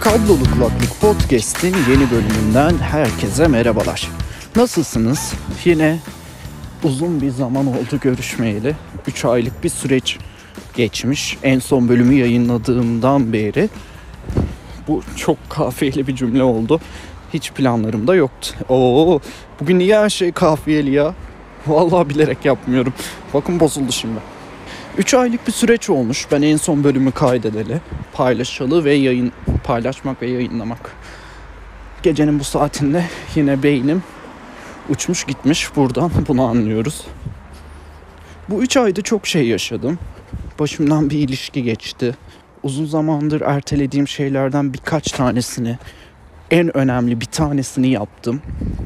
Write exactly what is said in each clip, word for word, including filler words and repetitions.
Kablolu Kulaklık Podcast'in yeni bölümünden herkese merhabalar. Nasılsınız? Yine uzun bir zaman oldu görüşmeyeli. üç aylık bir süreç geçmiş. En son bölümü yayınladığımdan beri. Bu çok kafiyeli bir cümle oldu. Hiç planlarım da yoktu. Oo, bugün niye her şey kafiyeli ya? Vallahi bilerek yapmıyorum. Bakın bozuldu şimdi. üç aylık bir süreç olmuş. Ben en son bölümü kaydedeli, paylaşalı ve yayın paylaşmak ve yayınlamak. Gecenin bu saatinde yine beynim uçmuş gitmiş. Buradan bunu anlıyoruz. Bu üç ayda çok şey yaşadım. Başımdan bir ilişki geçti. Uzun zamandır ertelediğim şeylerden birkaç tanesini, en önemli bir tanesini yaptım.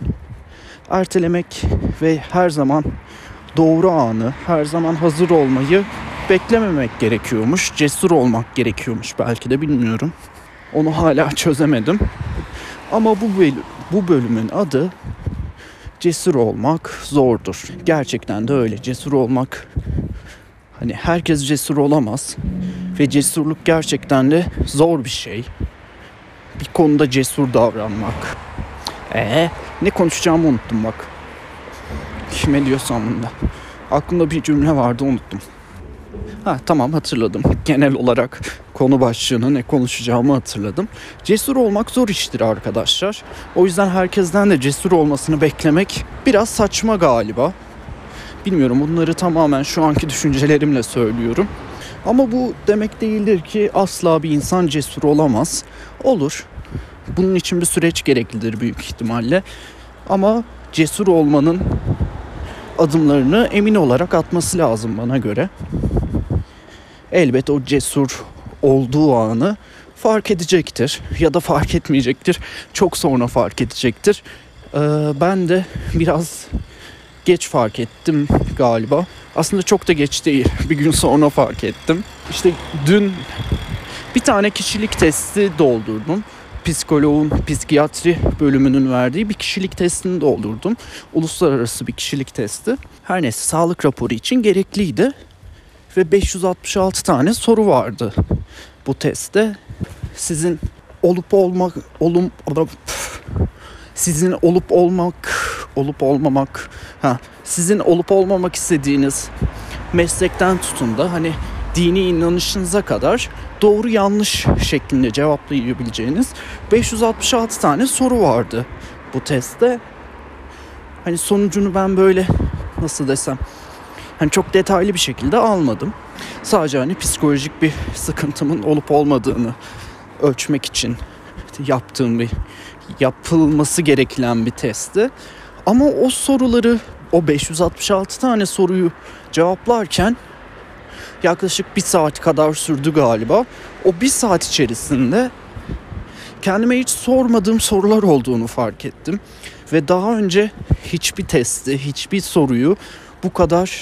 Ertelemek ve her zaman doğru anı, her zaman hazır olmayı beklememek gerekiyormuş. Cesur olmak gerekiyormuş belki de, bilmiyorum. Onu hala çözemedim. Ama bu bölüm, bu bölümün adı cesur olmak zordur. Gerçekten de öyle. Cesur olmak, hani herkes cesur olamaz. Ve cesurluk gerçekten de zor bir şey. Bir konuda cesur davranmak. Ee, ne konuşacağımı unuttum bak. Kime diyorsam bunda. Aklımda bir cümle vardı, unuttum. Ha tamam, hatırladım. Genel olarak konu başlığını, ne konuşacağımı hatırladım. Cesur olmak zor iştir arkadaşlar. O yüzden herkesten de cesur olmasını beklemek biraz saçma galiba. Bilmiyorum, bunları tamamen şu anki düşüncelerimle söylüyorum. Ama bu demek değildir ki asla bir insan cesur olamaz. Olur. Bunun için bir süreç gereklidir büyük ihtimalle. Ama cesur olmanın adımlarını emin olarak atması lazım bana göre. Elbet o cesur olduğu anı fark edecektir ya da fark etmeyecektir. Çok sonra fark edecektir. Ee, ben de biraz geç fark ettim galiba. Aslında çok da geç değil. Bir gün sonra fark ettim. İşte dün bir tane kişilik testi doldurdum. Psikoloğun psikiyatri bölümünün verdiği bir kişilik testini doldurdum. Uluslararası bir kişilik testi. Her neyse, sağlık raporu için gerekliydi. Ve beş yüz altmış altı tane soru vardı bu testte. Sizin olup olmak, olum, sizin olup olmak, olup olmamak, ha, sizin olup olmamak istediğiniz meslekten tutun da hani dini inanışınıza kadar doğru yanlış şeklinde cevaplayabileceğiniz beş yüz altmış altı tane soru vardı bu testte. Hani sonucunu ben böyle nasıl desem, hani çok detaylı bir şekilde almadım. Sadece hani psikolojik bir sıkıntımın olup olmadığını ölçmek için yaptığım bir, yapılması gereken bir testti. Ama o soruları, o beş yüz altmış altı tane soruyu cevaplarken yaklaşık bir saat kadar sürdü galiba. O bir saat içerisinde kendime hiç sormadığım sorular olduğunu fark ettim. Ve daha önce hiçbir testi, hiçbir soruyu bu kadar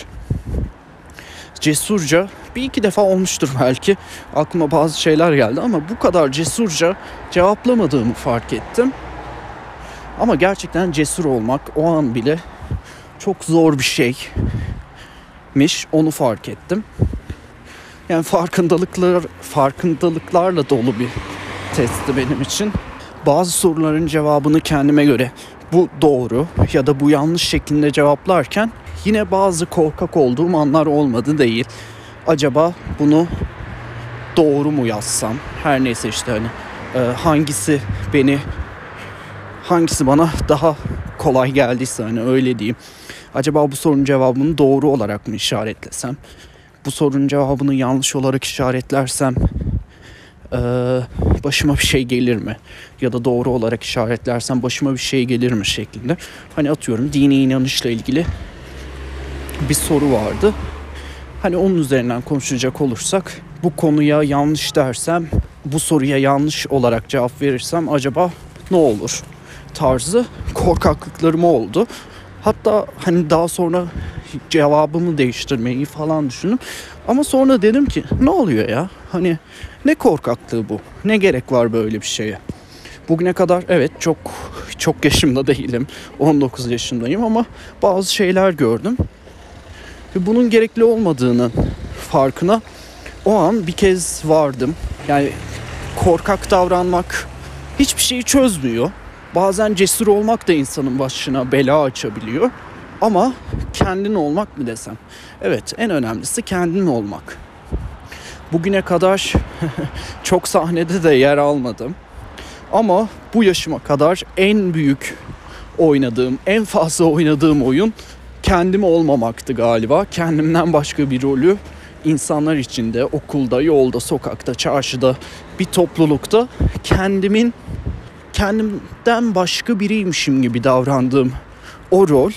cesurca, bir iki defa olmuştur belki, aklıma bazı şeyler geldi ama bu kadar cesurca cevaplamadığımı fark ettim. Ama gerçekten cesur olmak o an bile çok zor bir şeymiş, onu fark ettim. Yani farkındalıklar, farkındalıklarla dolu bir testti benim için. Bazı soruların cevabını kendime göre bu doğru ya da bu yanlış şeklinde cevaplarken yine bazı korkak olduğum anlar olmadı değil. Acaba bunu doğru mu yazsam? Her neyse işte hani e, hangisi beni hangisi bana daha kolay geldiyse, hani öyle diyeyim. Acaba bu sorunun cevabını doğru olarak mı işaretlesem? Bu sorunun cevabını yanlış olarak işaretlersem e, başıma bir şey gelir mi? Ya da doğru olarak işaretlersem başıma bir şey gelir mi şeklinde. Hani atıyorum, dini inanışla ilgili bir soru vardı. Hani onun üzerinden konuşacak olursak, bu konuya yanlış dersem, bu soruya yanlış olarak cevap verirsem acaba ne olur tarzı korkaklıklarım oldu. Hatta hani daha sonra cevabımı değiştirmeyi falan düşündüm. Ama sonra dedim ki ne oluyor ya? Hani ne korkaklığı bu? Ne gerek var böyle bir şeye? Bugüne kadar evet çok çok yaşımda değilim. on dokuz yaşındayım ama bazı şeyler gördüm. Ve bunun gerekli olmadığının farkına o an bir kez vardım. Yani korkak davranmak hiçbir şeyi çözmüyor. Bazen cesur olmak da insanın başına bela açabiliyor. Ama kendin olmak mı desem? Evet, en önemlisi kendin olmak. Bugüne kadar çok sahnede de yer almadım. Ama bu yaşıma kadar en büyük oynadığım, en fazla oynadığım oyun kendim olmamaktı galiba. Kendimden başka bir rolü insanlar içinde, okulda, yolda, sokakta, çarşıda, bir toplulukta kendimin kendimden başka biriymişim gibi davrandığım o rol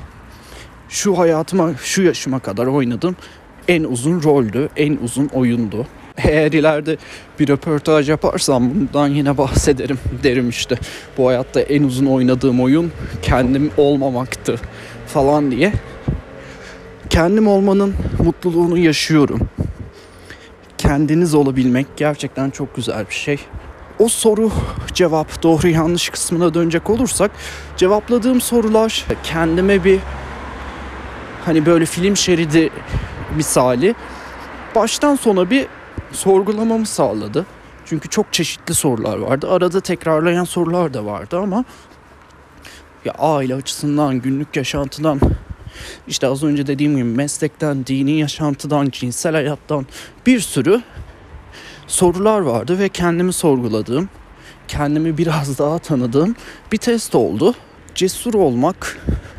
şu hayatıma, şu yaşıma kadar oynadığım en uzun roldü, en uzun oyundu. Eğer ileride bir röportaj yaparsam bundan yine bahsederim, derim işte. Bu hayatta en uzun oynadığım oyun kendim olmamaktı falan diye. Kendim olmanın mutluluğunu yaşıyorum. Kendiniz olabilmek gerçekten çok güzel bir şey. O soru cevap doğru yanlış kısmına dönecek olursak, cevapladığım sorular kendime bir hani böyle film şeridi misali baştan sona bir sorgulamamı sağladı. Çünkü çok çeşitli sorular vardı. Arada tekrarlayan sorular da vardı ama ya aile açısından, günlük yaşantıdan, işte az önce dediğim gibi meslekten, dini yaşantıdan, cinsel hayattan bir sürü sorular vardı ve kendimi sorguladığım, kendimi biraz daha tanıdığım bir test oldu. Cesur olmak,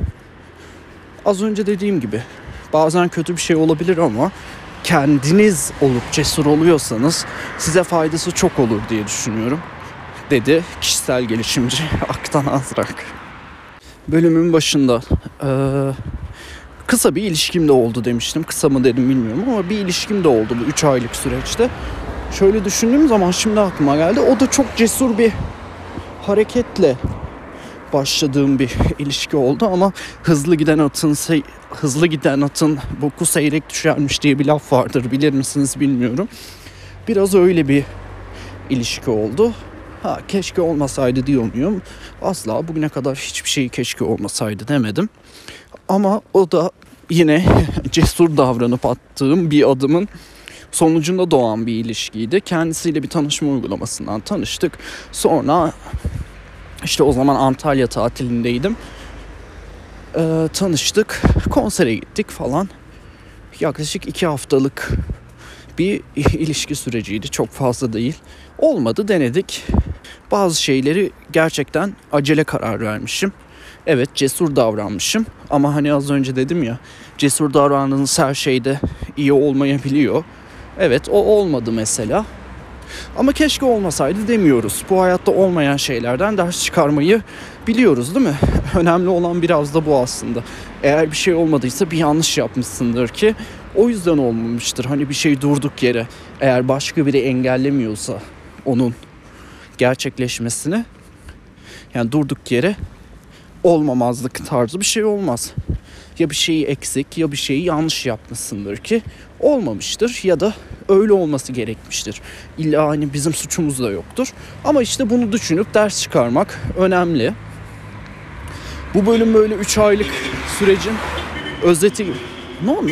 az önce dediğim gibi bazen kötü bir şey olabilir ama kendiniz olup cesur oluyorsanız size faydası çok olur diye düşünüyorum, dedi kişisel gelişimci Aktan Azrak. Bölümün başında ee, kısa bir ilişkim de oldu demiştim. Kısa mı dedim bilmiyorum ama bir ilişkim de oldu bu üç aylık süreçte. Şöyle düşündüğüm zaman şimdi aklıma geldi. O da çok cesur bir hareketle başladığım bir ilişki oldu ama hızlı giden atın hızlı giden atın boku seyrek düşermiş diye bir laf vardır. Bilir misiniz bilmiyorum. Biraz öyle bir ilişki oldu. Ha, keşke olmasaydı diyor muyum? Asla, bugüne kadar hiçbir şey keşke olmasaydı demedim. Ama o da yine cesur davranıp attığım bir adımın sonucunda doğan bir ilişkiydi. Kendisiyle bir tanışma uygulamasından tanıştık. Sonra işte o zaman Antalya tatilindeydim. Ee, tanıştık, konsere gittik falan. Yaklaşık iki haftalık bir ilişki süreciydi. Çok fazla değil. Olmadı, denedik. Bazı şeyleri gerçekten acele karar vermişim. Evet, cesur davranmışım. Ama hani az önce dedim ya, cesur davrandığınız her şeyde iyi olmayabiliyor. Evet, o olmadı mesela. Ama keşke olmasaydı demiyoruz. Bu hayatta olmayan şeylerden ders çıkarmayı biliyoruz, değil mi? Önemli olan biraz da bu aslında. Eğer bir şey olmadıysa bir yanlış yapmışsındır ki o yüzden olmamıştır. Hani bir şey durduk yere, eğer başka biri engellemiyorsa onun gerçekleşmesini, yani durduk yere olmamazlık tarzı bir şey olmaz. Ya bir şeyi eksik ya bir şeyi yanlış yapmışsındır ki olmamıştır ya da öyle olması gerekmiştir. İlla hani bizim suçumuz da yoktur. Ama işte bunu düşünüp ders çıkarmak önemli. Bu bölüm böyle üç aylık sürecin özeti gibi. Ne oldu?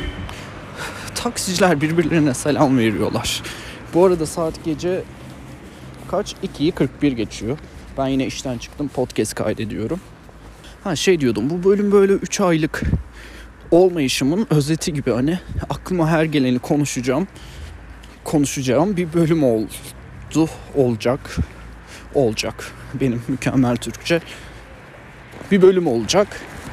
Taksiciler birbirlerine selam veriyorlar. Bu arada saat gece kaç? ikiyi kırk bir geçiyor. Ben yine işten çıktım, podcast kaydediyorum. Ha şey diyordum, bu bölüm böyle üç aylık olmayışımın özeti gibi, hani aklıma her geleni konuşacağım. Konuşacağım bir bölüm oldu, olacak. Olacak. Benim mükemmel Türkçe. Bir bölüm olacak.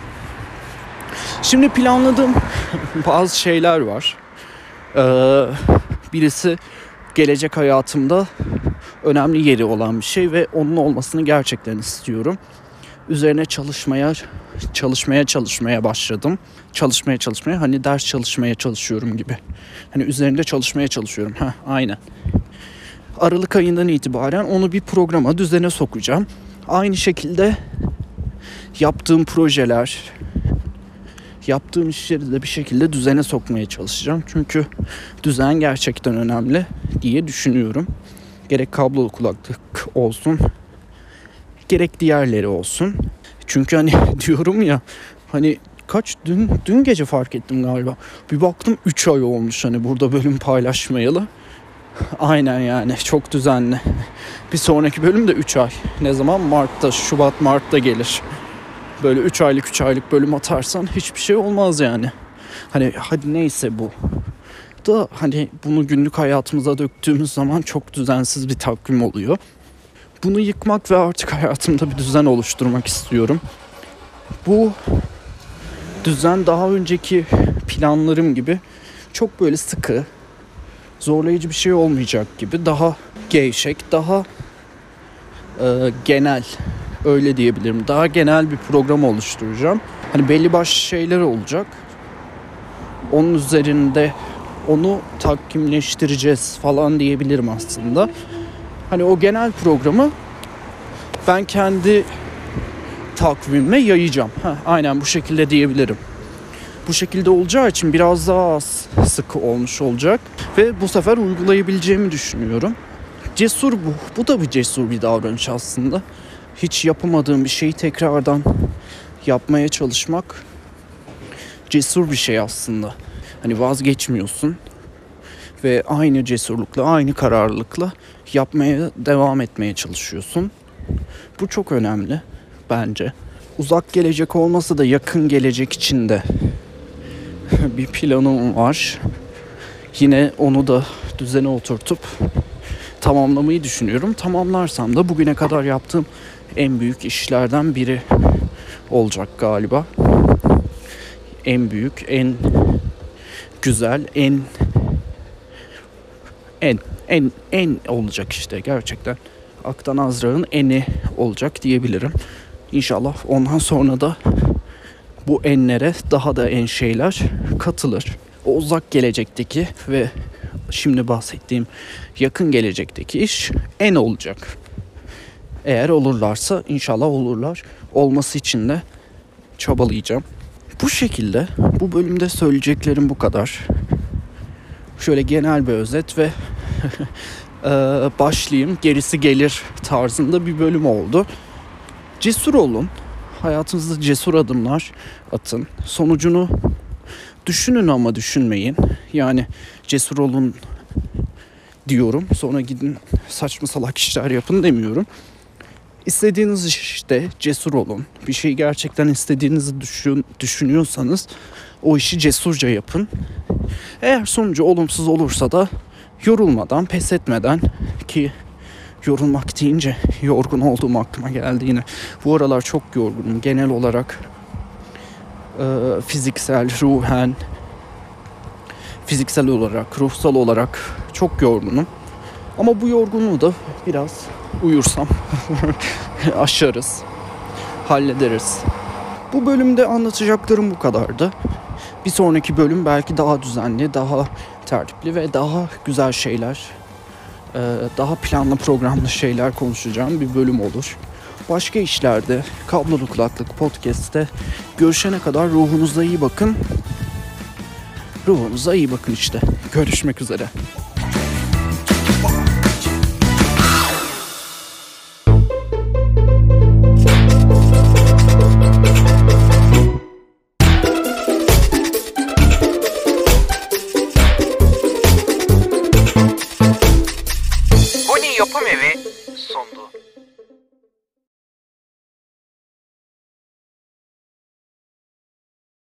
Şimdi planladığım bazı şeyler var. Ee, birisi gelecek hayatımda önemli yeri olan bir şey ve onun olmasını gerçekten istiyorum. Üzerine çalışmaya çalışmaya çalışmaya başladım. Çalışmaya çalışmaya hani ders çalışmaya çalışıyorum gibi. Hani üzerinde çalışmaya çalışıyorum. Ha, aynen. Aralık ayından itibaren onu bir programa, düzene sokacağım. Aynı şekilde yaptığım projeler, yaptığım işleri de bir şekilde düzene sokmaya çalışacağım. Çünkü düzen gerçekten önemli diye düşünüyorum. Gerek kablolu kulaklık olsun, gerek diğerleri olsun. Çünkü hani diyorum ya, hani kaç dün dün gece fark ettim galiba. Bir baktım üç ay olmuş hani burada bölüm paylaşmayalı. Aynen yani çok düzenli. Bir sonraki bölüm de üç ay. Ne zaman? Mart'ta, Şubat Mart'ta gelir. Böyle üç aylık üç aylık bölüm atarsan hiçbir şey olmaz yani. Hani hadi neyse bu. Da hani bunu günlük hayatımıza döktüğümüz zaman çok düzensiz bir takvim oluyor. Bunu yıkmak ve artık hayatımda bir düzen oluşturmak istiyorum. Bu düzen daha önceki planlarım gibi çok böyle sıkı, zorlayıcı bir şey olmayacak gibi, daha gevşek, daha e, genel, öyle diyebilirim. Daha genel bir program oluşturacağım. Hani belli başlı şeyler olacak. Onun üzerinde onu takvimleştireceğiz falan diyebilirim aslında. Hani o genel programı ben kendi takvimime yayacağım. Heh, aynen bu şekilde diyebilirim. Bu şekilde olacağı için biraz daha az sıkı olmuş olacak. Ve bu sefer uygulayabileceğimi düşünüyorum. Cesur bu. Bu da bir cesur bir davranış aslında. Hiç yapamadığım bir şeyi tekrardan yapmaya çalışmak cesur bir şey aslında. Hani vazgeçmiyorsun ve aynı cesurlukla, aynı kararlılıkla yapmaya devam etmeye çalışıyorsun. Bu çok önemli bence. Uzak gelecek olmasa da yakın gelecek için de bir planım var. Yine onu da düzene oturtup tamamlamayı düşünüyorum. Tamamlarsam da bugüne kadar yaptığım en büyük işlerden biri olacak galiba. En büyük, en güzel, en en en en olacak işte gerçekten. Aktan Azra'nın eni olacak diyebilirim. İnşallah ondan sonra da bu enlere daha da en şeyler katılır. O uzak gelecekteki ve şimdi bahsettiğim yakın gelecekteki iş en olacak. Eğer olurlarsa inşallah olurlar. Olması için de çabalayacağım. Bu şekilde bu bölümde söyleyeceklerim bu kadar. Şöyle genel bir özet ve başlayayım gerisi gelir tarzında bir bölüm oldu. Cesur olun. Hayatınızda cesur adımlar atın. Sonucunu düşünün ama düşünmeyin. Yani cesur olun diyorum. Sonra gidin saçma salak işler yapın demiyorum. İstediğiniz işte cesur olun. Bir şeyi gerçekten istediğinizi düşün, düşünüyorsanız o işi cesurca yapın. Eğer sonucu olumsuz olursa da yorulmadan, pes etmeden, ki yorulmak deyince yorgun olduğum aklıma geldi yine. Bu aralar çok yorgunum. Genel olarak e, fiziksel, ruhen, fiziksel olarak, ruhsal olarak çok yorgunum. Ama bu yorgunluğu da biraz uyursam aşarız, hallederiz. Bu bölümde anlatacaklarım bu kadardı. Bir sonraki bölüm belki daha düzenli, daha tertipli ve daha güzel şeyler, daha planlı programlı şeyler konuşacağım bir bölüm olur. Başka işlerde, Kablolu Kulaklık Podcast'te görüşene kadar ruhunuza iyi bakın. Ruhunuza iyi bakın işte. Görüşmek üzere. Yapım Evi sundu.